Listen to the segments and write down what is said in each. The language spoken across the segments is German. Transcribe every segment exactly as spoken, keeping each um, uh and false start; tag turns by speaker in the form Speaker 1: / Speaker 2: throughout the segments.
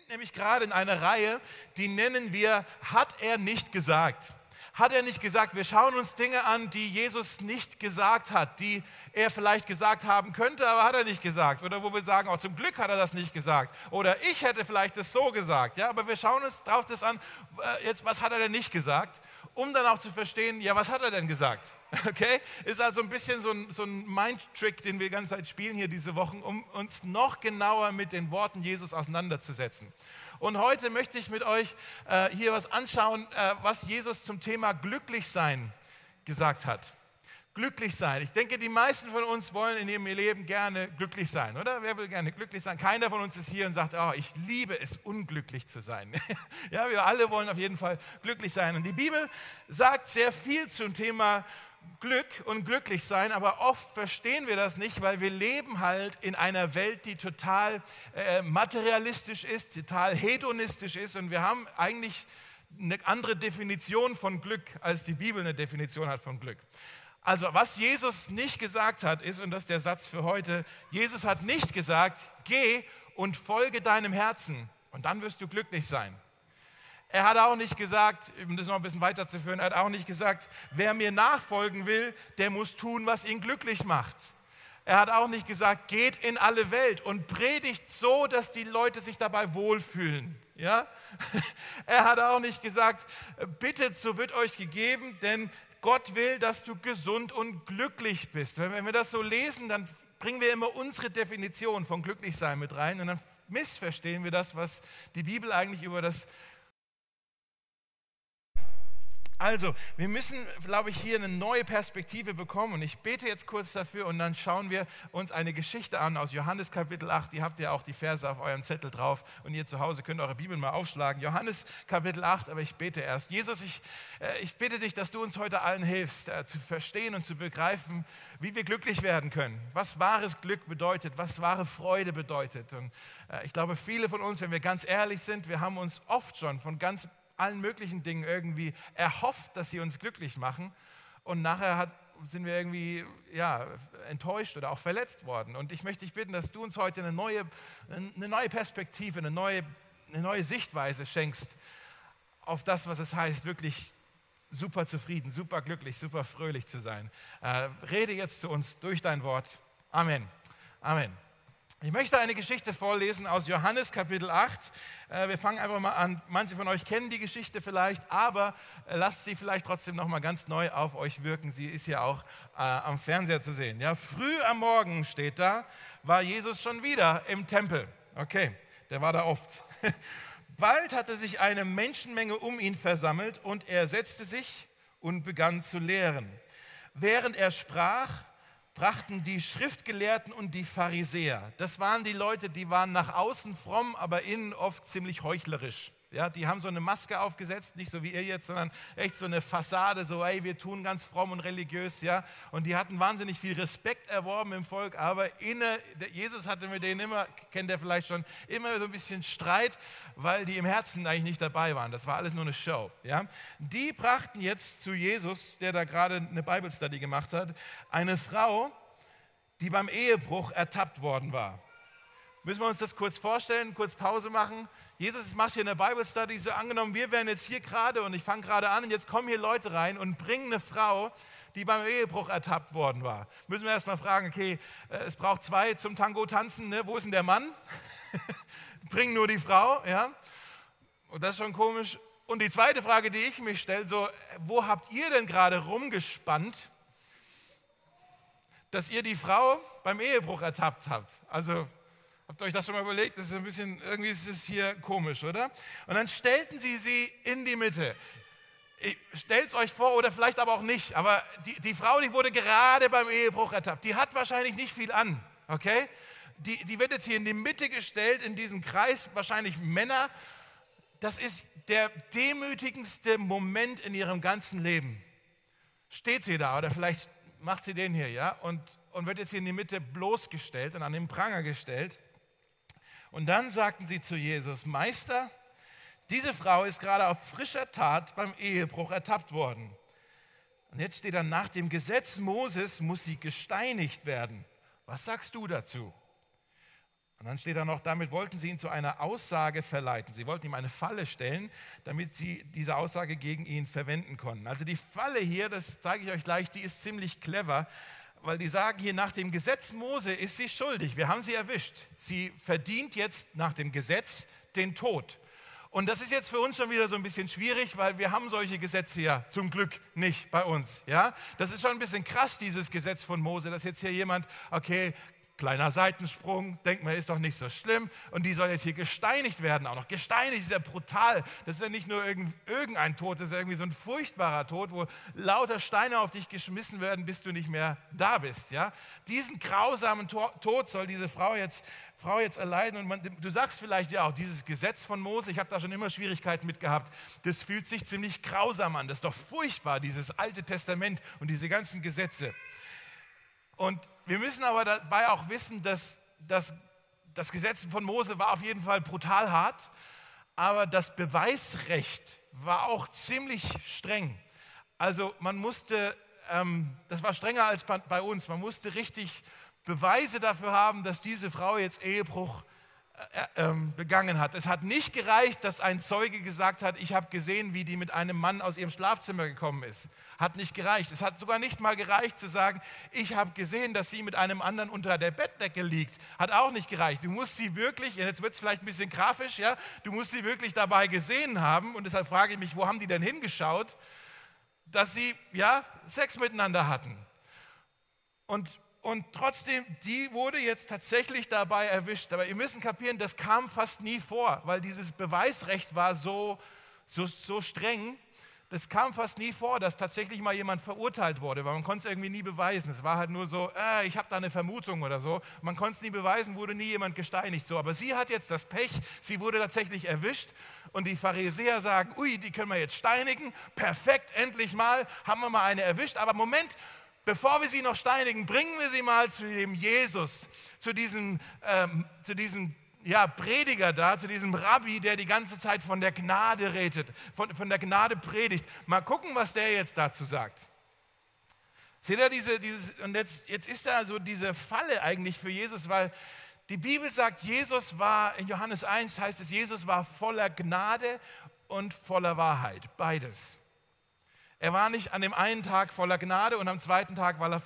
Speaker 1: nämlich gerade in einer Reihe, die nennen wir, hat er nicht gesagt. Hat er nicht gesagt, wir schauen uns Dinge an, die Jesus nicht gesagt hat, die er vielleicht gesagt haben könnte, aber hat er nicht gesagt. Oder wo wir sagen, oh, zum Glück hat er das nicht gesagt. Oder ich hätte vielleicht das so gesagt. Ja, aber wir schauen uns drauf das an, jetzt, was hat er denn nicht gesagt, um dann auch zu verstehen, ja, was hat er denn gesagt? Okay? Ist also ein bisschen so ein, so ein Mind-Trick, den wir die ganze Zeit spielen hier diese Wochen, um uns noch genauer mit den Worten Jesus auseinanderzusetzen. Und heute möchte ich mit euch äh, hier was anschauen, äh, was Jesus zum Thema Glücklichsein gesagt hat. Glücklich sein. Ich denke, die meisten von uns wollen in ihrem Leben gerne glücklich sein, oder? Wer will gerne glücklich sein? Keiner von uns ist hier und sagt, oh, ich liebe es, unglücklich zu sein. Ja, wir alle wollen auf jeden Fall glücklich sein. Und die Bibel sagt sehr viel zum Thema Glück und glücklich sein, aber oft verstehen wir das nicht, weil wir leben halt in einer Welt, die total äh, materialistisch ist, total hedonistisch ist und wir haben eigentlich eine andere Definition von Glück, als die Bibel eine Definition hat von Glück. Also was Jesus nicht gesagt hat, ist, und das ist der Satz für heute, Jesus hat nicht gesagt, geh und folge deinem Herzen und dann wirst du glücklich sein. Er hat auch nicht gesagt, um das noch ein bisschen weiterzuführen, er hat auch nicht gesagt, wer mir nachfolgen will, der muss tun, was ihn glücklich macht. Er hat auch nicht gesagt, geht in alle Welt und predigt so, dass die Leute sich dabei wohlfühlen. Ja? Er hat auch nicht gesagt, bittet, so wird euch gegeben, denn Gott will, dass du gesund und glücklich bist. Wenn wir das so lesen, dann bringen wir immer unsere Definition von Glücklichsein mit rein und dann missverstehen wir das, was die Bibel eigentlich über das Also, wir müssen, glaube ich, hier eine neue Perspektive bekommen und ich bete jetzt kurz dafür und dann schauen wir uns eine Geschichte an aus Johannes Kapitel acht. Die habt ihr auch die Verse auf eurem Zettel drauf und ihr zu Hause könnt eure Bibel mal aufschlagen. Johannes Kapitel acht, aber ich bete erst. Jesus, ich, ich bitte dich, dass du uns heute allen hilfst, zu verstehen und zu begreifen, wie wir glücklich werden können. Was wahres Glück bedeutet, was wahre Freude bedeutet. Und ich glaube, viele von uns, wenn wir ganz ehrlich sind, wir haben uns oft schon von ganz allen möglichen Dingen irgendwie erhofft, dass sie uns glücklich machen und nachher hat, sind wir irgendwie ja, enttäuscht oder auch verletzt worden. Und ich möchte dich bitten, dass du uns heute eine neue, eine neue Perspektive, eine neue, eine neue Sichtweise schenkst auf das, was es heißt, wirklich super zufrieden, super glücklich, super fröhlich zu sein. Äh, rede jetzt zu uns durch dein Wort. Amen. Amen. Ich möchte eine Geschichte vorlesen aus Johannes Kapitel acht. Wir fangen einfach mal an. Manche von euch kennen die Geschichte vielleicht, aber lasst sie vielleicht trotzdem noch mal ganz neu auf euch wirken. Sie ist ja auch äh, am Fernseher zu sehen. Ja, früh am Morgen steht da, war Jesus schon wieder im Tempel. Okay, der war da oft. Bald hatte sich eine Menschenmenge um ihn versammelt und er setzte sich und begann zu lehren. Während er sprach, brachten die Schriftgelehrten und die Pharisäer. Das waren die Leute, die waren nach außen fromm, aber innen oft ziemlich heuchlerisch. Ja, die haben so eine Maske aufgesetzt, nicht so wie ihr jetzt, sondern echt so eine Fassade, so hey, wir tun ganz fromm und religiös. Ja? Und die hatten wahnsinnig viel Respekt erworben im Volk, aber inne, Jesus hatte mit denen immer, kennt ihr vielleicht schon, immer so ein bisschen Streit, weil die im Herzen eigentlich nicht dabei waren. Das war alles nur eine Show. Ja? Die brachten jetzt zu Jesus, der da gerade eine Bible Study gemacht hat, eine Frau, die beim Ehebruch ertappt worden war. Müssen wir uns das kurz vorstellen, kurz Pause machen. Jesus macht hier eine Bible Study, so angenommen, wir wären jetzt hier gerade und ich fange gerade an und jetzt kommen hier Leute rein und bringen eine Frau, die beim Ehebruch ertappt worden war. Müssen wir erstmal fragen, okay, es braucht zwei zum Tango tanzen, ne? Wo ist denn der Mann? Bringen nur die Frau, ja? Und das ist schon komisch. Und die zweite Frage, die ich mich stelle, so, wo habt ihr denn gerade rumgespannt, dass ihr die Frau beim Ehebruch ertappt habt? Also, habt ihr euch das schon mal überlegt? Das ist ein bisschen, irgendwie ist es hier komisch, oder? Und dann stellten sie sie in die Mitte. Stellt es euch vor, oder vielleicht aber auch nicht, aber die, die Frau, die wurde gerade beim Ehebruch ertappt. Die hat wahrscheinlich nicht viel an, okay? Die, die wird jetzt hier in die Mitte gestellt, in diesen Kreis, wahrscheinlich Männer. Das ist der demütigendste Moment in ihrem ganzen Leben. Steht sie da, oder vielleicht macht sie den hier, ja? Und, und wird jetzt hier in die Mitte bloßgestellt und an den Pranger gestellt. Und dann sagten sie zu Jesus, Meister, diese Frau ist gerade auf frischer Tat beim Ehebruch ertappt worden. Und jetzt steht dann, nach dem Gesetz Moses muss sie gesteinigt werden. Was sagst du dazu? Und dann steht da noch, damit wollten sie ihn zu einer Aussage verleiten. Sie wollten ihm eine Falle stellen, damit sie diese Aussage gegen ihn verwenden konnten. Also die Falle hier, das zeige ich euch gleich, die ist ziemlich clever, weil die sagen hier, nach dem Gesetz Mose ist sie schuldig. Wir haben sie erwischt. Sie verdient jetzt nach dem Gesetz den Tod. Und das ist jetzt für uns schon wieder so ein bisschen schwierig, weil wir haben solche Gesetze ja zum Glück nicht bei uns. Ja? Das ist schon ein bisschen krass, dieses Gesetz von Mose, dass jetzt hier jemand, okay, kleiner Seitensprung, denkt man, ist doch nicht so schlimm. Und die soll jetzt hier gesteinigt werden auch noch. Gesteinigt ist ja brutal. Das ist ja nicht nur irgendein Tod, das ist ja irgendwie so ein furchtbarer Tod, wo lauter Steine auf dich geschmissen werden, bis du nicht mehr da bist. Ja? Diesen grausamen Tod soll diese Frau jetzt, Frau jetzt erleiden. Und man, du sagst vielleicht ja auch, dieses Gesetz von Mose, ich habe da schon immer Schwierigkeiten mit gehabt, das fühlt sich ziemlich grausam an. Das ist doch furchtbar, dieses Alte Testament und diese ganzen Gesetze. Und wir müssen aber dabei auch wissen, dass, dass das Gesetz von Mose war auf jeden Fall brutal hart, aber das Beweisrecht war auch ziemlich streng. Also man musste, ähm, das war strenger als bei uns, man musste richtig Beweise dafür haben, dass diese Frau jetzt Ehebruch äh, äh, begangen hat. Es hat nicht gereicht, dass ein Zeuge gesagt hat, ich habe gesehen, wie die mit einem Mann aus ihrem Schlafzimmer gekommen ist. Hat nicht gereicht. Es hat sogar nicht mal gereicht zu sagen, ich habe gesehen, dass sie mit einem anderen unter der Bettdecke liegt. Hat auch nicht gereicht. Du musst sie wirklich, jetzt wird es vielleicht ein bisschen grafisch, ja, du musst sie wirklich dabei gesehen haben und deshalb frage ich mich, wo haben die denn hingeschaut, dass sie ja, Sex miteinander hatten. Und Und trotzdem, die wurde jetzt tatsächlich dabei erwischt. Aber ihr müsst kapieren, das kam fast nie vor, weil dieses Beweisrecht war so, so, so streng. Das kam fast nie vor, dass tatsächlich mal jemand verurteilt wurde, weil man konnte es irgendwie nie beweisen. Es war halt nur so, äh, ich habe da eine Vermutung oder so. Man konnte es nie beweisen, wurde nie jemand gesteinigt. So. Aber sie hat jetzt das Pech, sie wurde tatsächlich erwischt. Und die Pharisäer sagen, ui, die können wir jetzt steinigen. Perfekt, endlich mal, haben wir mal eine erwischt. Aber Moment, bevor wir sie noch steinigen, bringen wir sie mal zu dem Jesus, zu diesem, ähm, zu diesem ja, Prediger da, zu diesem Rabbi, der die ganze Zeit von der Gnade redet, von, von der Gnade predigt. Mal gucken, was der jetzt dazu sagt. Seht ihr, diese, dieses, und jetzt, jetzt ist da so diese Falle eigentlich für Jesus, weil die Bibel sagt, Jesus war, in Johannes eins heißt es, Jesus war voller Gnade und voller Wahrheit, beides. Er war nicht an dem einen Tag voller Gnade und am zweiten Tag war er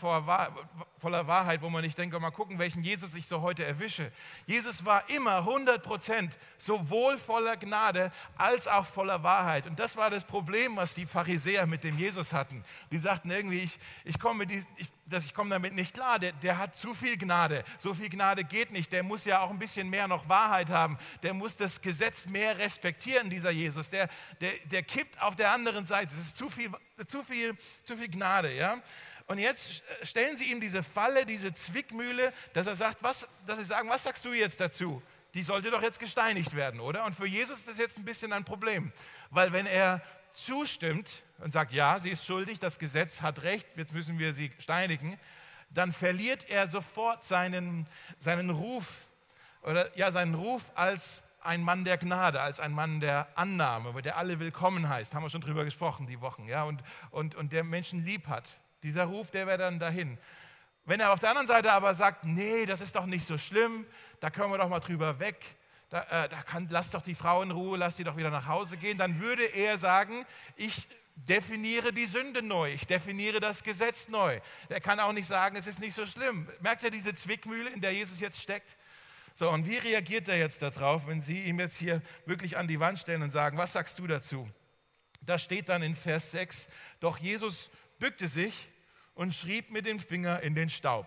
Speaker 1: voller Wahrheit, wo man nicht denkt, mal gucken, welchen Jesus ich so heute erwische. Jesus war immer hundert Prozent sowohl voller Gnade als auch voller Wahrheit. Und das war das Problem, was die Pharisäer mit dem Jesus hatten. Die sagten irgendwie, ich, ich komme ich, ich komm damit nicht klar, der, der hat zu viel Gnade. So viel Gnade geht nicht, der muss ja auch ein bisschen mehr noch Wahrheit haben. Der muss das Gesetz mehr respektieren, dieser Jesus. Der, der, der kippt auf der anderen Seite. Es ist zu viel, zu viel, zu viel Gnade, ja. Und jetzt stellen sie ihm diese Falle, diese Zwickmühle, dass er sagt, was, dass sie sagen, was sagst du jetzt dazu? Die sollte doch jetzt gesteinigt werden, oder? Und für Jesus ist das jetzt ein bisschen ein Problem, weil wenn er zustimmt und sagt, ja, sie ist schuldig, das Gesetz hat recht, jetzt müssen wir sie steinigen, dann verliert er sofort seinen, seinen Ruf, oder ja, seinen Ruf als ein Mann der Gnade, als ein Mann der Annahme, der alle willkommen heißt, haben wir schon drüber gesprochen die Wochen, ja, und, und, und der Menschen lieb hat. Dieser Ruf, der wäre dann dahin. Wenn er auf der anderen Seite aber sagt, nee, das ist doch nicht so schlimm, da können wir doch mal drüber weg, da, äh, da kann, lass doch die Frau in Ruhe, lass sie doch wieder nach Hause gehen, dann würde er sagen, ich definiere die Sünde neu, ich definiere das Gesetz neu. Er kann auch nicht sagen, es ist nicht so schlimm. Merkt ihr diese Zwickmühle, in der Jesus jetzt steckt? So, und wie reagiert er jetzt darauf, wenn sie ihm jetzt hier wirklich an die Wand stellen und sagen, was sagst du dazu? Da steht dann in Vers sechs, doch Jesus bückte sich und schrieb mit dem Finger in den Staub.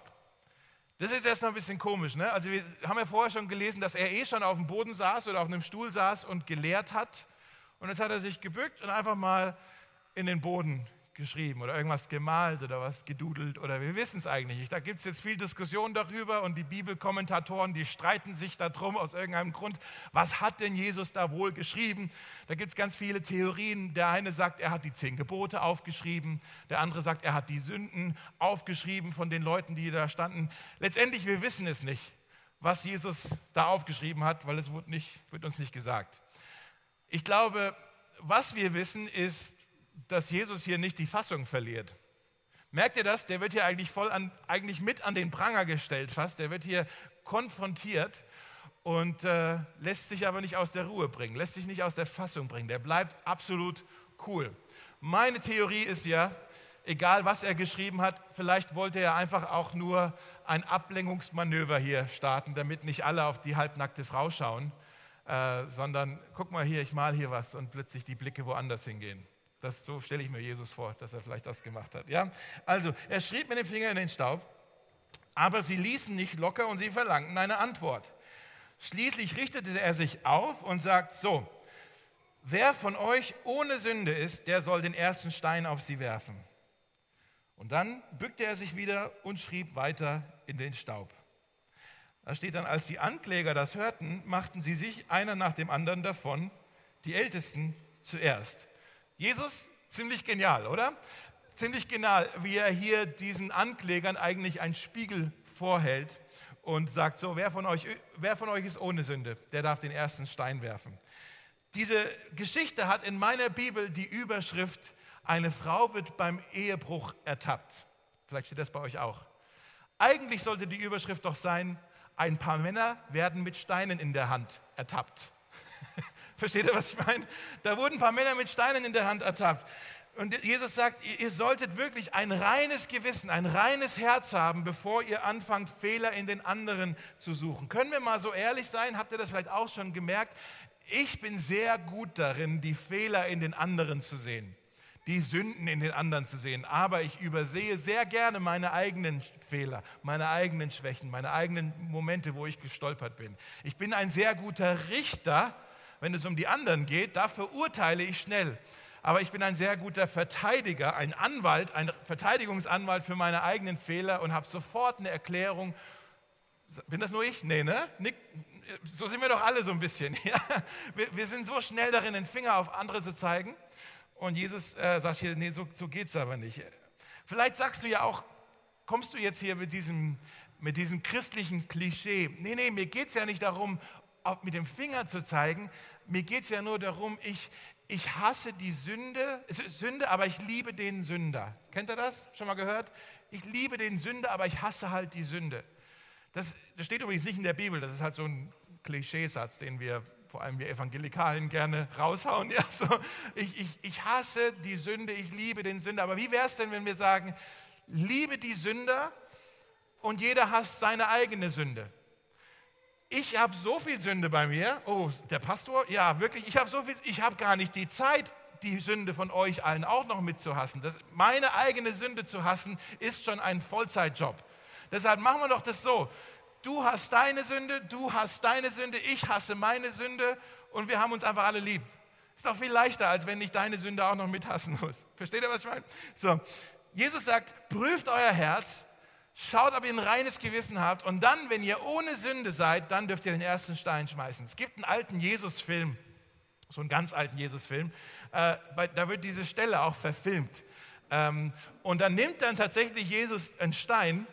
Speaker 1: Das ist jetzt erstmal ein bisschen komisch, ne? Also wir haben ja vorher schon gelesen, dass er eh schon auf dem Boden saß oder auf einem Stuhl saß und gelehrt hat. Und jetzt hat er sich gebückt und einfach mal in den Boden geschrieben oder irgendwas gemalt oder was gedudelt oder wir wissen es eigentlich nicht. Da gibt es jetzt viel Diskussion darüber und die Bibelkommentatoren, die streiten sich darum aus irgendeinem Grund, was hat denn Jesus da wohl geschrieben? Da gibt es ganz viele Theorien. Der eine sagt, er hat die zehn Gebote aufgeschrieben, der andere sagt, er hat die Sünden aufgeschrieben von den Leuten, die da standen. Letztendlich, wir wissen es nicht, was Jesus da aufgeschrieben hat, weil es wird, nicht, wird uns nicht gesagt. Ich glaube, was wir wissen, ist, dass Jesus hier nicht die Fassung verliert. Merkt ihr das? Der wird hier eigentlich voll an, eigentlich mit an den Pranger gestellt fast. Der wird hier konfrontiert und äh, lässt sich aber nicht aus der Ruhe bringen, lässt sich nicht aus der Fassung bringen. Der bleibt absolut cool. Meine Theorie ist ja, egal was er geschrieben hat, vielleicht wollte er einfach auch nur ein Ablenkungsmanöver hier starten, damit nicht alle auf die halbnackte Frau schauen, äh, sondern guck mal hier, ich mal hier was und plötzlich die Blicke woanders hingehen. Das, so stelle ich mir Jesus vor, dass er vielleicht das gemacht hat. Ja? Also, er schrieb mit dem Finger in den Staub, aber sie ließen nicht locker und sie verlangten eine Antwort. Schließlich richtete er sich auf und sagt, so, wer von euch ohne Sünde ist, der soll den ersten Stein auf sie werfen. Und dann bückte er sich wieder und schrieb weiter in den Staub. Da steht dann, als die Ankläger das hörten, machten sie sich einer nach dem anderen davon, die Ältesten zuerst. Jesus, ziemlich genial, oder? Ziemlich genial, wie er hier diesen Anklägern eigentlich einen Spiegel vorhält und sagt, so, wer von euch, wer von euch ist ohne Sünde, der darf den ersten Stein werfen. Diese Geschichte hat in meiner Bibel die Überschrift, eine Frau wird beim Ehebruch ertappt. Vielleicht steht das bei euch auch. Eigentlich sollte die Überschrift doch sein, ein paar Männer werden mit Steinen in der Hand ertappt. Versteht ihr, was ich meine? Da wurden ein paar Männer mit Steinen in der Hand ertappt. Und Jesus sagt, ihr solltet wirklich ein reines Gewissen, ein reines Herz haben, bevor ihr anfangt, Fehler in den anderen zu suchen. Können wir mal so ehrlich sein? Habt ihr das vielleicht auch schon gemerkt? Ich bin sehr gut darin, die Fehler in den anderen zu sehen, die Sünden in den anderen zu sehen. Aber ich übersehe sehr gerne meine eigenen Fehler, meine eigenen Schwächen, meine eigenen Momente, wo ich gestolpert bin. Ich bin ein sehr guter Richter, wenn es um die anderen geht, da verurteile ich schnell. Aber ich bin ein sehr guter Verteidiger, ein Anwalt, ein Verteidigungsanwalt für meine eigenen Fehler und habe sofort eine Erklärung. Bin das nur ich? Nee, ne? Nick, so sind wir doch alle so ein bisschen. Ja? Wir, wir sind so schnell darin, den Finger auf andere zu zeigen. Und Jesus äh, sagt hier, nee, so, so geht es aber nicht. Vielleicht sagst du ja auch, kommst du jetzt hier mit diesem, mit diesem christlichen Klischee. Nee, nee, mir geht es ja nicht darum, auch mit dem Finger zu zeigen. Mir geht es ja nur darum, ich, ich hasse die Sünde, Sünde, aber ich liebe den Sünder. Kennt ihr das? Schon mal gehört? Ich liebe den Sünder, aber ich hasse halt die Sünde. Das, das steht übrigens nicht in der Bibel. Das ist halt so ein Klischeesatz, den wir, vor allem wir Evangelikalen, gerne raushauen. Ja, so, ich, ich, ich hasse die Sünde, ich liebe den Sünder. Aber wie wäre es denn, wenn wir sagen, liebe die Sünder und jeder hasst seine eigene Sünde? Ich habe so viel Sünde bei mir. Oh, der Pastor? Ja, wirklich, ich habe so viel, ich habe gar nicht die Zeit, die Sünde von euch allen auch noch mitzuhassen. Das, meine eigene Sünde zu hassen, ist schon ein Vollzeitjob. Deshalb machen wir doch das so. Du hast deine Sünde, du hast deine Sünde, ich hasse meine Sünde und wir haben uns einfach alle lieb. Ist doch viel leichter, als wenn ich deine Sünde auch noch mithassen muss. Versteht ihr, was ich meine? So, Jesus sagt, prüft euer Herz, schaut, ob ihr ein reines Gewissen habt und dann, wenn ihr ohne Sünde seid, dann dürft ihr den ersten Stein schmeißen. Es gibt einen alten Jesus-Film, so einen ganz alten Jesus-Film, äh, bei, da wird diese Stelle auch verfilmt. Ähm, und dann nimmt dann tatsächlich Jesus einen Stein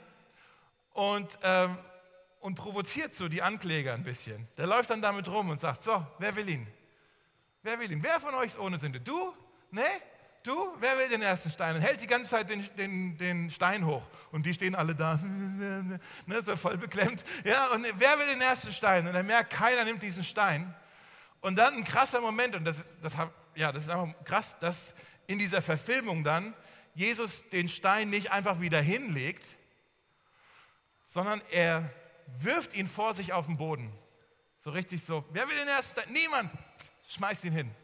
Speaker 1: und, ähm, und provoziert so die Ankläger ein bisschen. Der läuft dann damit rum und sagt, so, wer will ihn? Wer will ihn? Wer von euch ist ohne Sünde? Du? Nee? Du? Wer will den ersten Stein? Und hält die ganze Zeit den, den, den Stein hoch. Und die stehen alle da, ne, so voll beklemmt. Ja, und wer will den ersten Stein? Und er merkt, keiner nimmt diesen Stein. Und dann ein krasser Moment, und das, das, ja, das ist einfach krass, dass in dieser Verfilmung dann Jesus den Stein nicht einfach wieder hinlegt, sondern er wirft ihn vor sich auf den Boden. So richtig so, wer will den ersten Stein? Niemand, schmeißt ihn hin.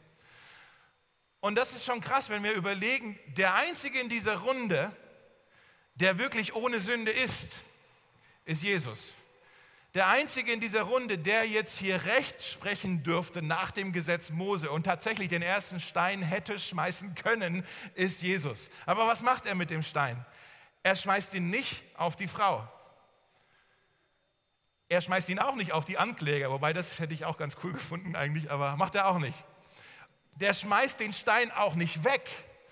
Speaker 1: Und das ist schon krass, wenn wir überlegen, der Einzige in dieser Runde, der wirklich ohne Sünde ist, ist Jesus. Der Einzige in dieser Runde, der jetzt hier Recht sprechen dürfte nach dem Gesetz Mose und tatsächlich den ersten Stein hätte schmeißen können, ist Jesus. Aber was macht er mit dem Stein? Er schmeißt ihn nicht auf die Frau. Er schmeißt ihn auch nicht auf die Ankläger, wobei das hätte ich auch ganz cool gefunden eigentlich, aber macht er auch nicht. Der schmeißt den Stein auch nicht weg.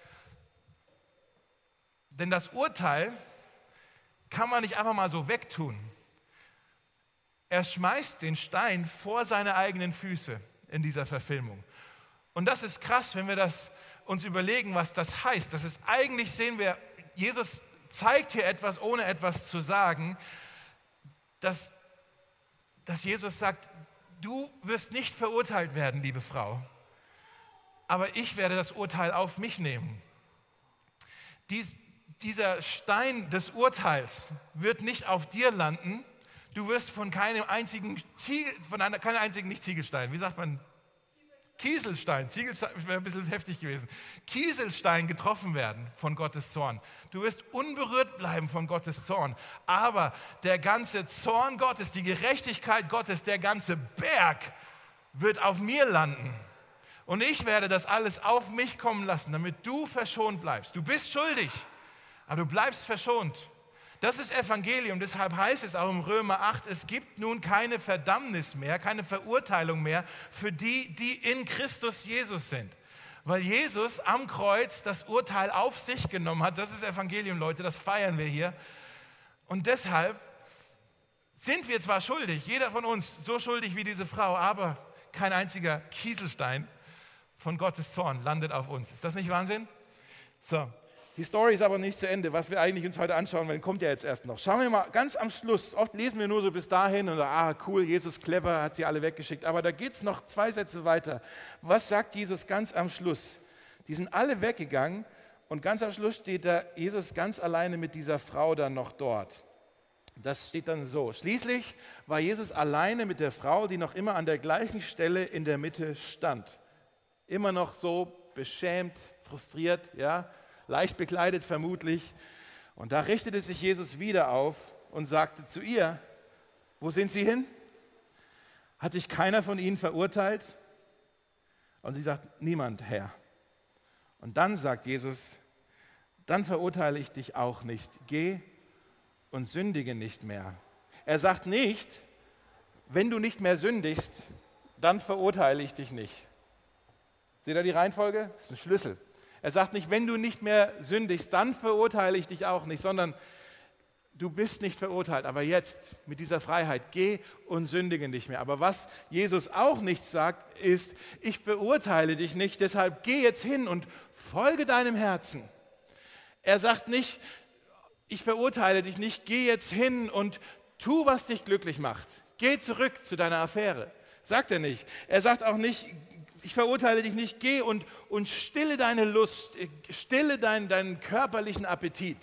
Speaker 1: Denn das Urteil kann man nicht einfach mal so wegtun. Er schmeißt den Stein vor seine eigenen Füße in dieser Verfilmung. Und das ist krass, wenn wir das uns überlegen, was das heißt. Das ist eigentlich, sehen wir, Jesus zeigt hier etwas, ohne etwas zu sagen, dass, dass Jesus sagt, du wirst nicht verurteilt werden, liebe Frau, aber ich werde das Urteil auf mich nehmen. Dies, dieser Stein des Urteils wird nicht auf dir landen. Du wirst von keinem einzigen, Ziegel, von einer, keinem einzigen nicht Ziegelstein, wie sagt man? Kieselstein, Ziegelstein wäre ein bisschen heftig gewesen. Kieselstein getroffen werden von Gottes Zorn. Du wirst unberührt bleiben von Gottes Zorn. Aber der ganze Zorn Gottes, die Gerechtigkeit Gottes, der ganze Berg wird auf mir landen. Und ich werde das alles auf mich kommen lassen, damit du verschont bleibst. Du bist schuldig, aber du bleibst verschont. Das ist Evangelium, deshalb heißt es auch im Römer acht, es gibt nun keine Verdammnis mehr, keine Verurteilung mehr für die, die in Christus Jesus sind. Weil Jesus am Kreuz das Urteil auf sich genommen hat. Das ist Evangelium, Leute, das feiern wir hier. Und deshalb sind wir zwar schuldig, jeder von uns so schuldig wie diese Frau, aber kein einziger Kieselstein von Gottes Zorn landet auf uns. Ist das nicht Wahnsinn? So. Die Story ist aber nicht zu Ende. Was wir eigentlich uns heute anschauen wollen, kommt ja jetzt erst noch. Schauen wir mal ganz am Schluss. Oft lesen wir nur so bis dahin und sagen, ah cool, Jesus clever, hat sie alle weggeschickt. Aber da geht es noch zwei Sätze weiter. Was sagt Jesus ganz am Schluss? Die sind alle weggegangen und ganz am Schluss steht da Jesus ganz alleine mit dieser Frau dann noch dort. Das steht dann so. Schließlich war Jesus alleine mit der Frau, die noch immer an der gleichen Stelle in der Mitte stand. Immer noch so beschämt, frustriert, ja, leicht bekleidet vermutlich. Und da richtete sich Jesus wieder auf und sagte zu ihr, wo sind Sie hin? Hat dich keiner von ihnen verurteilt? Und sie sagt, niemand, Herr. Und dann sagt Jesus, dann verurteile ich dich auch nicht. Geh und sündige nicht mehr. Er sagt nicht, wenn du nicht mehr sündigst, dann verurteile ich dich nicht. Seht ihr die Reihenfolge? Das ist ein Schlüssel. Er sagt nicht, wenn du nicht mehr sündigst, dann verurteile ich dich auch nicht, sondern du bist nicht verurteilt, aber jetzt mit dieser Freiheit, geh und sündige nicht mehr. Aber was Jesus auch nicht sagt, ist, ich verurteile dich nicht, deshalb geh jetzt hin und folge deinem Herzen. Er sagt nicht, ich verurteile dich nicht, geh jetzt hin und tu, was dich glücklich macht. Geh zurück zu deiner Affäre. Sagt er nicht. Er sagt auch nicht, ich verurteile dich nicht, geh und, und stille deine Lust, stille deinen, deinen körperlichen Appetit.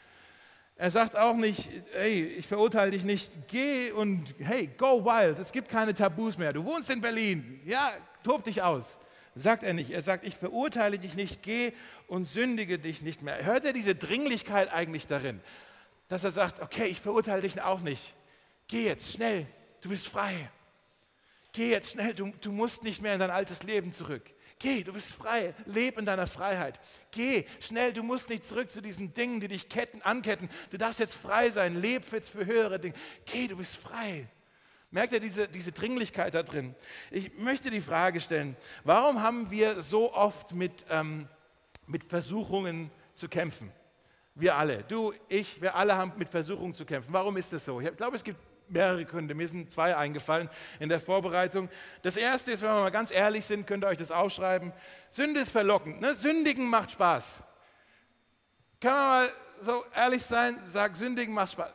Speaker 1: Er sagt auch nicht, hey, ich verurteile dich nicht, geh und, hey, go wild, es gibt keine Tabus mehr. Du wohnst in Berlin, ja, tob dich aus. Sagt er nicht. Er sagt, ich verurteile dich nicht, geh und sündige dich nicht mehr. Hört er diese Dringlichkeit eigentlich darin, dass er sagt, okay, ich verurteile dich auch nicht. Geh jetzt, schnell, du bist frei. Geh jetzt schnell, du, du musst nicht mehr in dein altes Leben zurück. Geh, du bist frei, leb in deiner Freiheit. Geh, schnell, du musst nicht zurück zu diesen Dingen, die dich ketten, anketten. Du darfst jetzt frei sein, leb jetzt für höhere Dinge. Geh, du bist frei. Merkt ihr diese, diese Dringlichkeit da drin? Ich möchte die Frage stellen, warum haben wir so oft mit, ähm, mit Versuchungen zu kämpfen? Wir alle, du, ich, wir alle haben mit Versuchungen zu kämpfen. Warum ist das so? Ich glaube, es gibt mehrere Gründe. Mir sind zwei eingefallen in der Vorbereitung. Das erste ist, wenn wir mal ganz ehrlich sind, könnt ihr euch das aufschreiben. Sünde ist verlockend. Ne? Sündigen macht Spaß. Kann man mal so ehrlich sein, sagt, sündigen macht Spaß.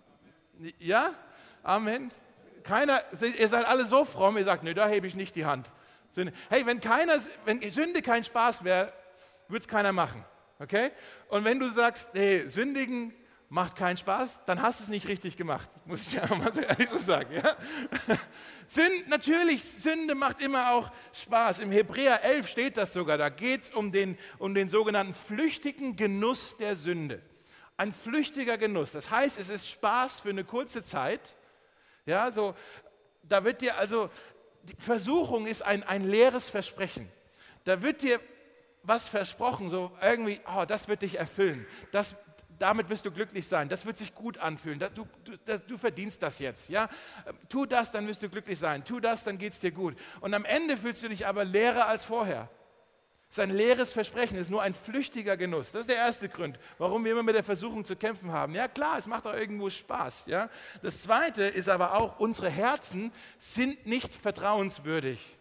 Speaker 1: Ja? Amen. Keiner, ihr seid alle so fromm, ihr sagt, nee, da hebe ich nicht die Hand. Sünde. Hey, wenn, keiner, wenn Sünde kein Spaß wäre, würde es keiner machen. Okay? Und wenn du sagst, nee, sündigen macht keinen Spaß, dann hast du es nicht richtig gemacht. Muss ich ja mal so ehrlich so sagen. Ja? Sünde, natürlich, Sünde macht immer auch Spaß. Im Hebräer elf steht das sogar. Da geht es um den, um den sogenannten flüchtigen Genuss der Sünde. Ein flüchtiger Genuss. Das heißt, es ist Spaß für eine kurze Zeit. Ja, so, da wird dir also, die Versuchung ist ein, ein leeres Versprechen. Da wird dir was versprochen, so irgendwie, oh, das wird dich erfüllen. Das Damit wirst du glücklich sein, das wird sich gut anfühlen, du, du, du verdienst das jetzt. Ja? Tu das, dann wirst du glücklich sein, tu das, dann geht es dir gut. Und am Ende fühlst du dich aber leerer als vorher. Es ist ein leeres Versprechen, es ist nur ein flüchtiger Genuss. Das ist der erste Grund, warum wir immer mit der Versuchung zu kämpfen haben. Ja klar, es macht auch irgendwo Spaß. Ja? Das zweite ist aber auch, unsere Herzen sind nicht vertrauenswürdig.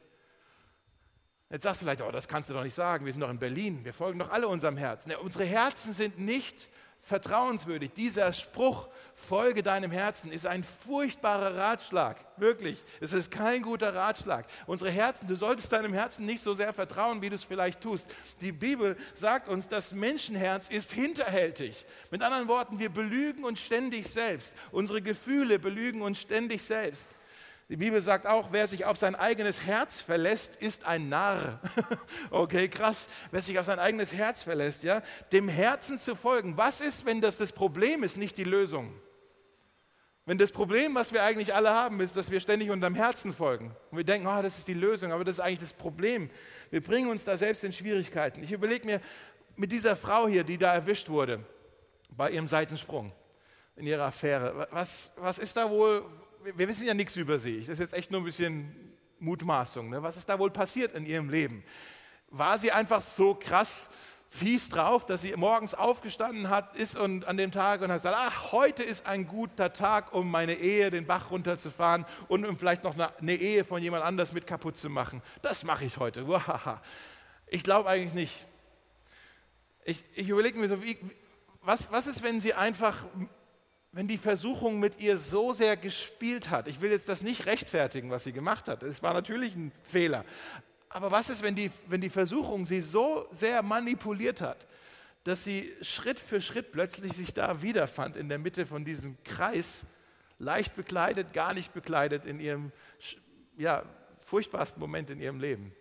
Speaker 1: Jetzt sagst du vielleicht, oh, das kannst du doch nicht sagen, wir sind doch in Berlin, wir folgen doch alle unserem Herzen. Ja, unsere Herzen sind nicht vertrauenswürdig. Dieser Spruch, folge deinem Herzen, ist ein furchtbarer Ratschlag. Wirklich, es ist kein guter Ratschlag. Unsere Herzen, du solltest deinem Herzen nicht so sehr vertrauen, wie du es vielleicht tust. Die Bibel sagt uns, das Menschenherz ist hinterhältig. Mit anderen Worten, wir belügen uns ständig selbst. Unsere Gefühle belügen uns ständig selbst. Die Bibel sagt auch, wer sich auf sein eigenes Herz verlässt, ist ein Narr. Okay, krass. Wer sich auf sein eigenes Herz verlässt, ja, dem Herzen zu folgen. Was ist, wenn das das Problem ist, nicht die Lösung? Wenn das Problem, was wir eigentlich alle haben, ist, dass wir ständig unserem Herzen folgen. Und wir denken, oh, das ist die Lösung, aber das ist eigentlich das Problem. Wir bringen uns da selbst in Schwierigkeiten. Ich überlege mir, mit dieser Frau hier, die da erwischt wurde, bei ihrem Seitensprung, in ihrer Affäre, was, was ist da wohl... Wir wissen ja nichts über sie. Das ist jetzt echt nur ein bisschen Mutmaßung. Ne? Was ist da wohl passiert in ihrem Leben? War sie einfach so krass fies drauf, dass sie morgens aufgestanden hat, ist und an dem Tag und hat gesagt, ach, heute ist ein guter Tag, um meine Ehe den Bach runterzufahren und um vielleicht noch eine, eine Ehe von jemand anders mit kaputt zu machen. Das mache ich heute. Ich glaube eigentlich nicht. Ich, ich überlege mir so, wie, was, was ist, wenn sie einfach... wenn die Versuchung mit ihr so sehr gespielt hat, ich will jetzt das nicht rechtfertigen, was sie gemacht hat, es war natürlich ein Fehler, aber was ist, wenn die, wenn die Versuchung sie so sehr manipuliert hat, dass sie Schritt für Schritt plötzlich sich da wiederfand, in der Mitte von diesem Kreis, leicht bekleidet, gar nicht bekleidet, in ihrem ja, furchtbarsten Moment in ihrem Leben.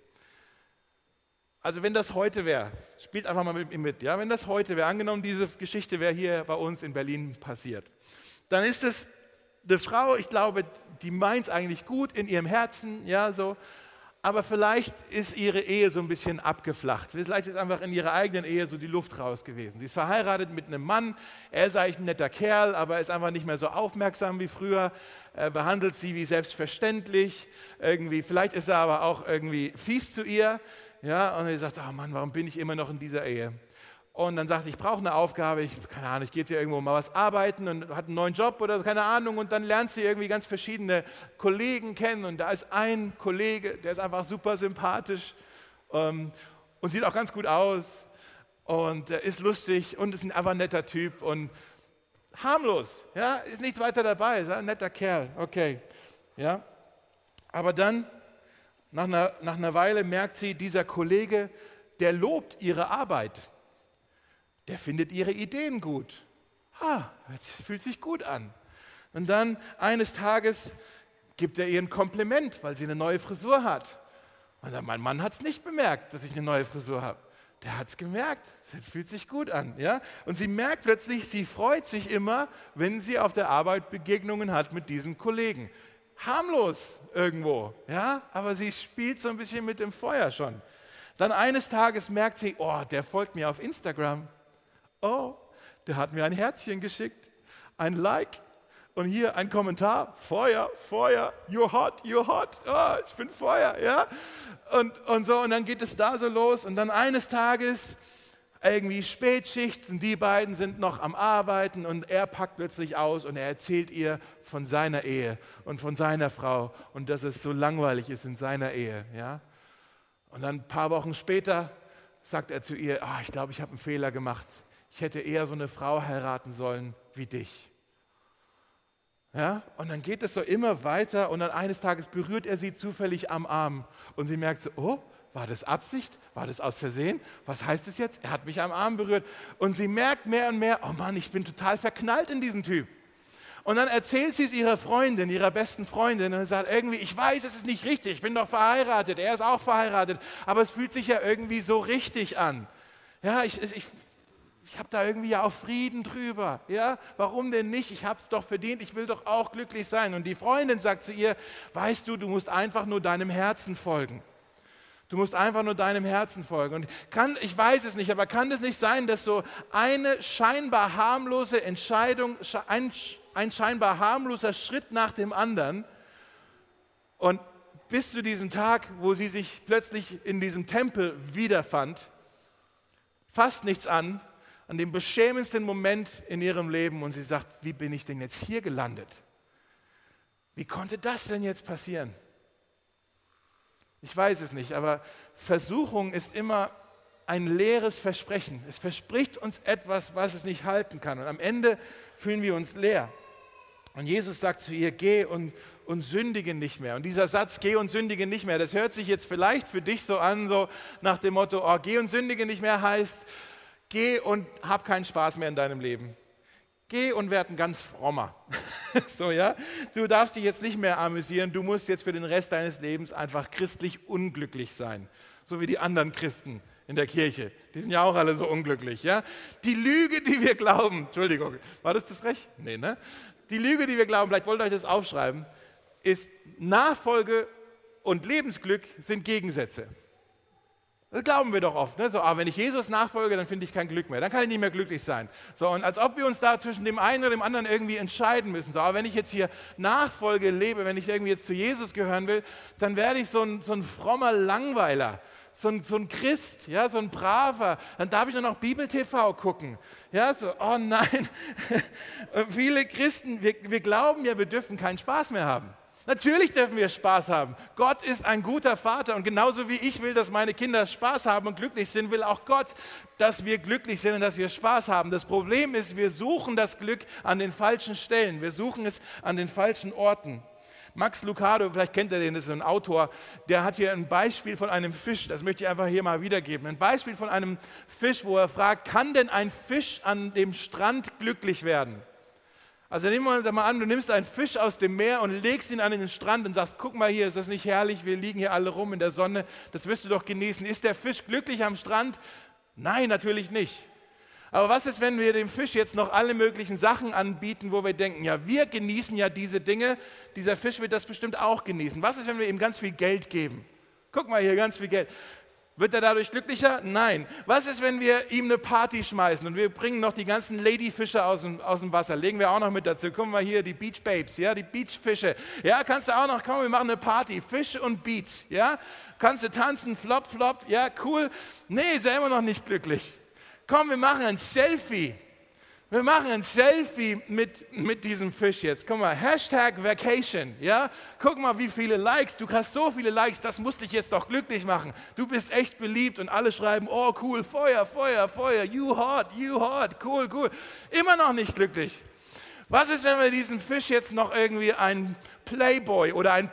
Speaker 1: Also wenn das heute wäre, spielt einfach mal mit mir mit, ja, wenn das heute wäre, angenommen diese Geschichte wäre hier bei uns in Berlin passiert, dann ist es eine Frau, ich glaube, die meint es eigentlich gut in ihrem Herzen, ja, so, aber vielleicht ist ihre Ehe so ein bisschen abgeflacht. Vielleicht ist einfach in ihrer eigenen Ehe so die Luft raus gewesen. Sie ist verheiratet mit einem Mann, er ist eigentlich ein netter Kerl, aber er ist einfach nicht mehr so aufmerksam wie früher, er behandelt sie wie selbstverständlich, irgendwie, vielleicht ist er aber auch irgendwie fies zu ihr, ja, und er sagt, oh Mann, warum bin ich immer noch in dieser Ehe? Und dann sagt er, ich brauche eine Aufgabe, ich, keine Ahnung, ich gehe jetzt hier irgendwo mal was arbeiten und hat einen neuen Job oder keine Ahnung und dann lernt sie irgendwie ganz verschiedene Kollegen kennen und da ist ein Kollege, der ist einfach super sympathisch ähm, und sieht auch ganz gut aus und äh, ist lustig und ist ein einfach netter Typ und harmlos, ja, ist nichts weiter dabei, ist ein netter Kerl, okay, ja, aber dann nach einer, nach einer Weile merkt sie, dieser Kollege, der lobt ihre Arbeit. Der findet ihre Ideen gut. Ha, das fühlt sich gut an. Und dann eines Tages gibt er ihr ein Kompliment, weil sie eine neue Frisur hat. Und dann, mein Mann hat es nicht bemerkt, dass ich eine neue Frisur habe. Der hat es gemerkt, das fühlt sich gut an. Ja? Und sie merkt plötzlich, sie freut sich immer, wenn sie auf der Arbeit Begegnungen hat mit diesem Kollegen. Harmlos irgendwo, ja? Aber sie spielt so ein bisschen mit dem Feuer schon. Dann eines Tages merkt sie, oh, der folgt mir auf Instagram. Oh, der hat mir ein Herzchen geschickt, ein Like und hier ein Kommentar, Feuer, Feuer, you're hot, you're hot, oh, ich bin Feuer, ja. Und, und so, und dann geht es da so los und dann eines Tages irgendwie Spätschicht und die beiden sind noch am Arbeiten und er packt plötzlich aus und er erzählt ihr von seiner Ehe und von seiner Frau und dass es so langweilig ist in seiner Ehe, ja. Und dann ein paar Wochen später sagt er zu ihr, oh, ich glaube, ich habe einen Fehler gemacht. Ich hätte eher so eine Frau heiraten sollen wie dich. Ja? Und dann geht es so immer weiter und dann eines Tages berührt er sie zufällig am Arm und sie merkt so, oh, war das Absicht? War das aus Versehen? Was heißt das jetzt? Er hat mich am Arm berührt und sie merkt mehr und mehr, oh Mann, ich bin total verknallt in diesen Typ. Und dann erzählt sie es ihrer Freundin, ihrer besten Freundin und sagt irgendwie, ich weiß, es ist nicht richtig, ich bin doch verheiratet, er ist auch verheiratet, aber es fühlt sich ja irgendwie so richtig an. Ja, ich, ich, ich habe da irgendwie auch Frieden drüber. Ja, warum denn nicht? Ich habe es doch verdient, ich will doch auch glücklich sein. Und die Freundin sagt zu ihr, weißt du, du musst einfach nur deinem Herzen folgen. Du musst einfach nur deinem Herzen folgen. Und kann, ich weiß es nicht, aber kann es nicht sein, dass so eine scheinbar harmlose Entscheidung, ein, ein scheinbar harmloser Schritt nach dem anderen und bis zu diesem Tag, wo sie sich plötzlich in diesem Tempel wiederfand, fasst nichts an, an dem beschämendsten Moment in ihrem Leben und sie sagt, wie bin ich denn jetzt hier gelandet? Wie konnte das denn jetzt passieren? Ich weiß es nicht, aber Versuchung ist immer ein leeres Versprechen. Es verspricht uns etwas, was es nicht halten kann. Und am Ende fühlen wir uns leer. Und Jesus sagt zu ihr, geh und, und sündige nicht mehr. Und dieser Satz, geh und sündige nicht mehr, das hört sich jetzt vielleicht für dich so an, so nach dem Motto, oh, geh und sündige nicht mehr heißt, geh und hab keinen Spaß mehr in deinem Leben. Geh und werd ein ganz frommer. So, ja? Du darfst dich jetzt nicht mehr amüsieren, du musst jetzt für den Rest deines Lebens einfach christlich unglücklich sein. So wie die anderen Christen in der Kirche. Die sind ja auch alle so unglücklich. Ja? Die Lüge, die wir glauben, Entschuldigung, war das zu frech? Nee, ne? Die Lüge, die wir glauben, vielleicht wollt ihr euch das aufschreiben, ist Nachfolge und Lebensglück sind Gegensätze. Das glauben wir doch oft. Ne? So, ah, wenn ich Jesus nachfolge, dann finde ich kein Glück mehr. Dann kann ich nicht mehr glücklich sein. So, und als ob wir uns da zwischen dem einen oder dem anderen irgendwie entscheiden müssen. So, aber wenn ich jetzt hier Nachfolge lebe, wenn ich irgendwie jetzt zu Jesus gehören will, dann werde ich so ein, so ein frommer Langweiler. So ein, so ein Christ, ja, so ein Braver, dann darf ich nur noch Bibel-T V gucken. Ja, so, oh nein, viele Christen, wir, wir glauben ja, wir dürfen keinen Spaß mehr haben. Natürlich dürfen wir Spaß haben. Gott ist ein guter Vater und genauso wie ich will, dass meine Kinder Spaß haben und glücklich sind, will auch Gott, dass wir glücklich sind und dass wir Spaß haben. Das Problem ist, wir suchen das Glück an den falschen Stellen, wir suchen es an den falschen Orten. Max Lucado, vielleicht kennt ihr den, das ist ein Autor, der hat hier ein Beispiel von einem Fisch, das möchte ich einfach hier mal wiedergeben. Ein Beispiel von einem Fisch, wo er fragt, kann denn ein Fisch an dem Strand glücklich werden? Also nehmen wir uns mal an, du nimmst einen Fisch aus dem Meer und legst ihn an den Strand und sagst, guck mal hier, ist das nicht herrlich, wir liegen hier alle rum in der Sonne, das wirst du doch genießen. Ist der Fisch glücklich am Strand? Nein, natürlich nicht. Aber was ist, wenn wir dem Fisch jetzt noch alle möglichen Sachen anbieten, wo wir denken, ja, wir genießen ja diese Dinge, dieser Fisch wird das bestimmt auch genießen. Was ist, wenn wir ihm ganz viel Geld geben? Guck mal hier, ganz viel Geld. Wird er dadurch glücklicher? Nein. Was ist, wenn wir ihm eine Party schmeißen und wir bringen noch die ganzen Ladyfische aus dem, aus dem Wasser, legen wir auch noch mit dazu. Guck mal hier, die Beach Babes, ja, die Beachfische. Ja, kannst du auch noch, komm, wir machen eine Party, Fische und Beats, ja. Kannst du tanzen, flop, flop, ja, cool. Nee, ist er immer noch nicht glücklich. Komm, wir machen ein Selfie. Wir machen ein Selfie mit, mit diesem Fisch jetzt. Guck mal, Hashtag Vacation, ja? Guck mal, wie viele Likes. Du hast so viele Likes, das muss dich jetzt doch glücklich machen. Du bist echt beliebt und alle schreiben, oh cool, Feuer, Feuer, Feuer, you hot, you hot, cool, cool. Immer noch nicht glücklich. Was ist, wenn wir diesem Fisch jetzt noch irgendwie ein Playboy oder ein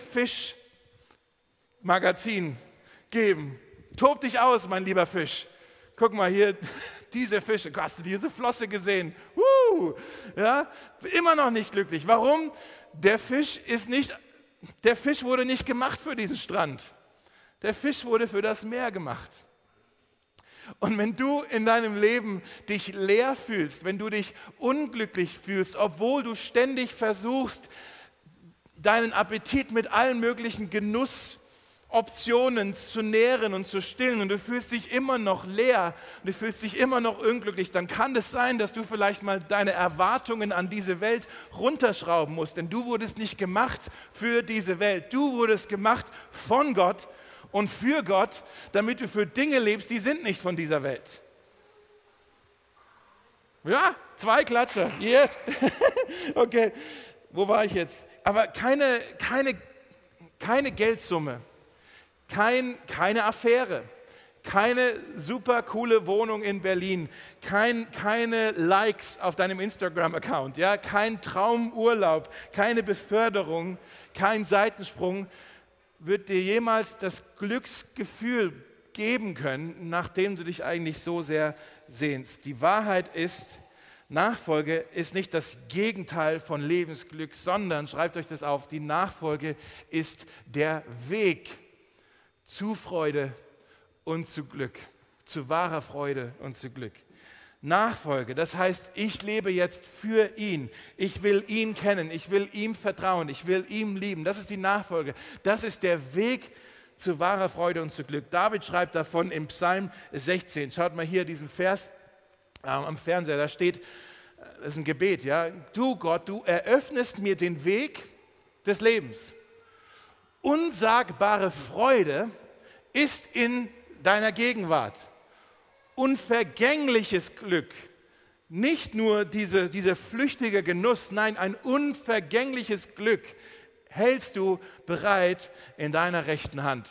Speaker 1: Playfish-Magazin geben? Tob dich aus, mein lieber Fisch. Guck mal hier, diese Fische, hast du diese Flosse gesehen? Uh, ja, immer noch nicht glücklich. Warum? Der Fisch ist nicht, der Fisch wurde nicht gemacht für diesen Strand. Der Fisch wurde für das Meer gemacht. Und wenn du in deinem Leben dich leer fühlst, wenn du dich unglücklich fühlst, obwohl du ständig versuchst, deinen Appetit mit allen möglichen Genuss Optionen zu nähren und zu stillen und du fühlst dich immer noch leer und du fühlst dich immer noch unglücklich, dann kann es sein, dass du vielleicht mal deine Erwartungen an diese Welt runterschrauben musst, denn du wurdest nicht gemacht für diese Welt, du wurdest gemacht von Gott und für Gott, damit du für Dinge lebst, die sind nicht von dieser Welt. Ja, zwei Klatscher, yes. Okay, wo war ich jetzt? Aber keine, keine, keine Geldsumme. Kein, keine Affäre, keine super coole Wohnung in Berlin, kein, keine Likes auf deinem Instagram-Account, ja, kein Traumurlaub, keine Beförderung, kein Seitensprung wird dir jemals das Glücksgefühl geben können, nachdem du dich eigentlich so sehr sehnst. Die Wahrheit ist, Nachfolge ist nicht das Gegenteil von Lebensglück, sondern, schreibt euch das auf, die Nachfolge ist der Weg zu Freude und zu Glück, zu wahrer Freude und zu Glück. Nachfolge, das heißt, ich lebe jetzt für ihn. Ich will ihn kennen, ich will ihm vertrauen, ich will ihm lieben. Das ist die Nachfolge. Das ist der Weg zu wahrer Freude und zu Glück. David schreibt davon im Psalm sechzehn. Schaut mal hier diesen Vers äh, am Fernseher, da steht, das ist ein Gebet, ja. Du Gott, du eröffnest mir den Weg des Lebens. Unsagbare Freude ist in deiner Gegenwart. Unvergängliches Glück, nicht nur diese, dieser flüchtige Genuss, nein, ein unvergängliches Glück hältst du bereit in deiner rechten Hand.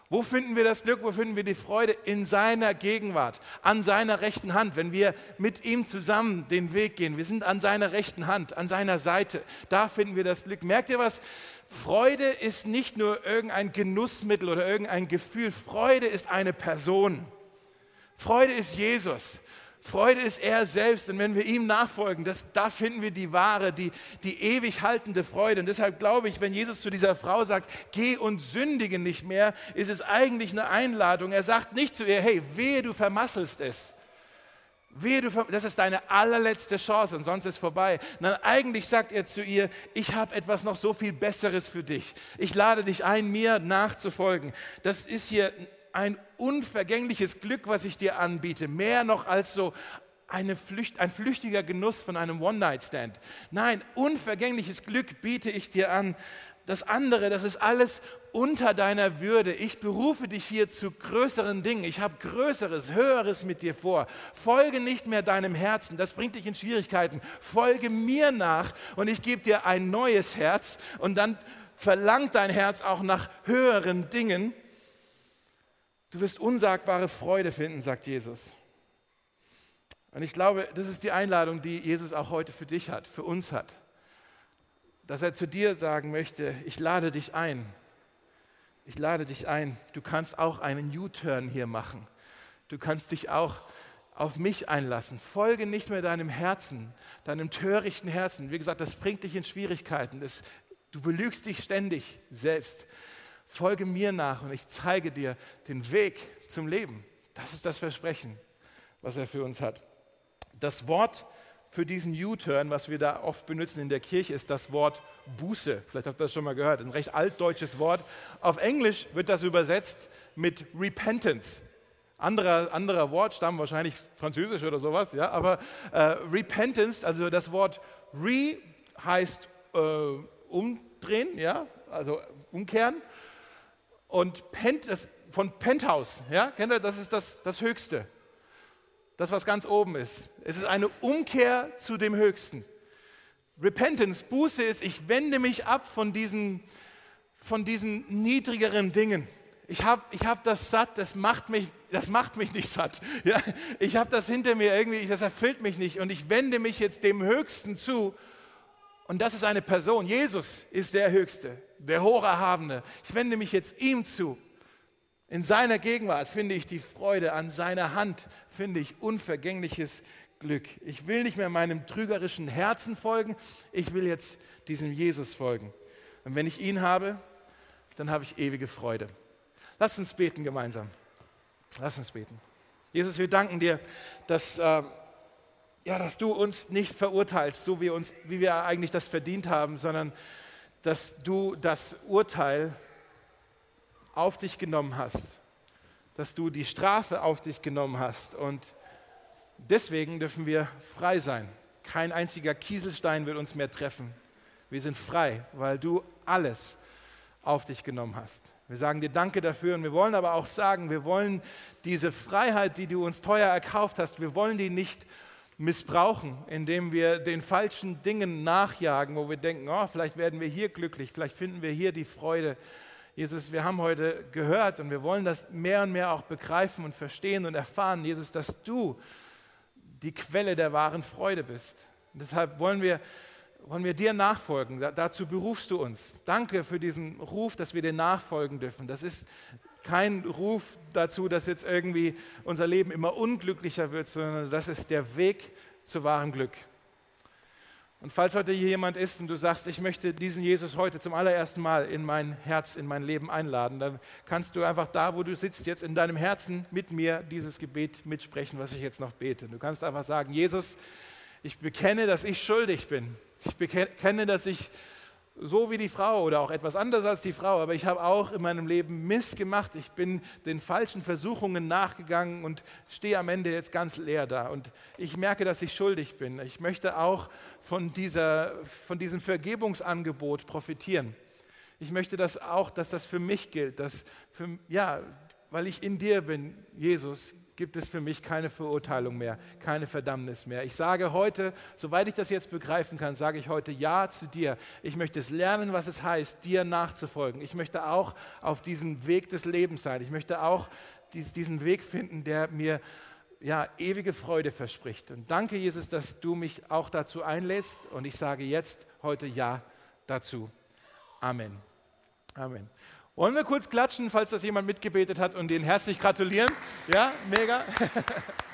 Speaker 1: Wo finden wir das Glück, wo finden wir die Freude? In seiner Gegenwart, an seiner rechten Hand, wenn wir mit ihm zusammen den Weg gehen. Wir sind an seiner rechten Hand, an seiner Seite. Da finden wir das Glück. Merkt ihr was? Freude ist nicht nur irgendein Genussmittel oder irgendein Gefühl. Freude ist eine Person. Freude ist Jesus. Freude ist er selbst, und wenn wir ihm nachfolgen, das, da finden wir die wahre, die, die ewig haltende Freude. Und deshalb glaube ich, wenn Jesus zu dieser Frau sagt, geh und sündige nicht mehr, ist es eigentlich eine Einladung. Er sagt nicht zu ihr, hey, wehe, du vermasselst es. Wehe, du, das ist deine allerletzte Chance und sonst ist vorbei. Nein, eigentlich sagt er zu ihr, ich habe etwas noch so viel Besseres für dich. Ich lade dich ein, mir nachzufolgen. Das ist hier ein unvergängliches Glück, was ich dir anbiete, mehr noch als so eine Flücht, ein flüchtiger Genuss von einem One-Night-Stand. Nein, unvergängliches Glück biete ich dir an. Das andere, das ist alles unter deiner Würde. Ich berufe dich hier zu größeren Dingen. Ich habe Größeres, Höheres mit dir vor. Folge nicht mehr deinem Herzen, das bringt dich in Schwierigkeiten. Folge mir nach und ich gebe dir ein neues Herz, und dann verlangt dein Herz auch nach höheren Dingen. Du wirst unsagbare Freude finden, sagt Jesus. Und ich glaube, das ist die Einladung, die Jesus auch heute für dich hat, für uns hat. Dass er zu dir sagen möchte, ich lade dich ein. Ich lade dich ein. Du kannst auch einen U-Turn hier machen. Du kannst dich auch auf mich einlassen. Folge nicht mehr deinem Herzen, deinem törichten Herzen. Wie gesagt, das bringt dich in Schwierigkeiten. Das, du belügst dich ständig selbst. Folge mir nach und ich zeige dir den Weg zum Leben. Das ist das Versprechen, was er für uns hat. Das Wort für diesen U-Turn, was wir da oft benutzen in der Kirche, ist das Wort Buße. Vielleicht habt ihr das schon mal gehört, ein recht altdeutsches Wort. Auf Englisch wird das übersetzt mit Repentance. Anderer, anderer Wortstamm, wahrscheinlich Französisch oder sowas, ja, aber äh, Repentance, also das Wort Re heißt äh, umdrehen, ja, also umkehren. Und Pent, das, von Penthouse, ja, kennt ihr, das ist das, das Höchste, das, was ganz oben ist. Es ist eine Umkehr zu dem Höchsten. Repentance, Buße ist, ich wende mich ab von diesen, von diesen niedrigeren Dingen. Ich habe ich hab das satt, das macht mich, das macht mich nicht satt. Ja, ich habe das hinter mir irgendwie, das erfüllt mich nicht, und ich wende mich jetzt dem Höchsten zu. Und das ist eine Person. Jesus ist der Höchste, der Hocherhabene. Ich wende mich jetzt ihm zu. In seiner Gegenwart finde ich die Freude, an seiner Hand finde ich unvergängliches Glück. Ich will nicht mehr meinem trügerischen Herzen folgen, ich will jetzt diesem Jesus folgen. Und wenn ich ihn habe, dann habe ich ewige Freude. Lass uns beten gemeinsam. Lass uns beten. Jesus, wir danken dir, dass... Äh, Ja, dass du uns nicht verurteilst, so wie, uns, wie wir eigentlich das verdient haben, sondern dass du das Urteil auf dich genommen hast, dass du die Strafe auf dich genommen hast, und deswegen dürfen wir frei sein. Kein einziger Kieselstein wird uns mehr treffen. Wir sind frei, weil du alles auf dich genommen hast. Wir sagen dir Danke dafür, und wir wollen aber auch sagen, wir wollen diese Freiheit, die du uns teuer erkauft hast, wir wollen die nicht missbrauchen, indem wir den falschen Dingen nachjagen, wo wir denken, oh, vielleicht werden wir hier glücklich, vielleicht finden wir hier die Freude. Jesus, wir haben heute gehört, und wir wollen das mehr und mehr auch begreifen und verstehen und erfahren, Jesus, dass du die Quelle der wahren Freude bist. Und deshalb wollen wir, wollen wir dir nachfolgen. Da, dazu berufst du uns. Danke für diesen Ruf, dass wir dir nachfolgen dürfen. Das ist kein Ruf dazu, dass jetzt irgendwie unser Leben immer unglücklicher wird, sondern das ist der Weg zu wahrem Glück. Und falls heute hier jemand ist und du sagst, ich möchte diesen Jesus heute zum allerersten Mal in mein Herz, in mein Leben einladen, dann kannst du einfach da, wo du sitzt, jetzt in deinem Herzen mit mir dieses Gebet mitsprechen, was ich jetzt noch bete. Du kannst einfach sagen, Jesus, ich bekenne, dass ich schuldig bin. Ich bekenne, dass ich so wie die Frau oder auch etwas anders als die Frau, aber ich habe auch in meinem Leben Mist gemacht. Ich bin den falschen Versuchungen nachgegangen und stehe am Ende jetzt ganz leer da. Und ich merke, dass ich schuldig bin. Ich möchte auch von, dieser, von diesem Vergebungsangebot profitieren. Ich möchte das auch, dass das für mich gilt, dass für, ja, weil ich in dir bin, Jesus, gibt es für mich keine Verurteilung mehr, keine Verdammnis mehr. Ich sage heute, soweit ich das jetzt begreifen kann, sage ich heute Ja zu dir. Ich möchte es lernen, was es heißt, dir nachzufolgen. Ich möchte auch auf diesem Weg des Lebens sein. Ich möchte auch diesen Weg finden, der mir ja, ewige Freude verspricht. Und danke, Jesus, dass du mich auch dazu einlädst. Und ich sage jetzt heute Ja dazu. Amen. Amen. Wollen wir kurz klatschen, falls das jemand mitgebetet hat und den herzlich gratulieren? Ja, mega.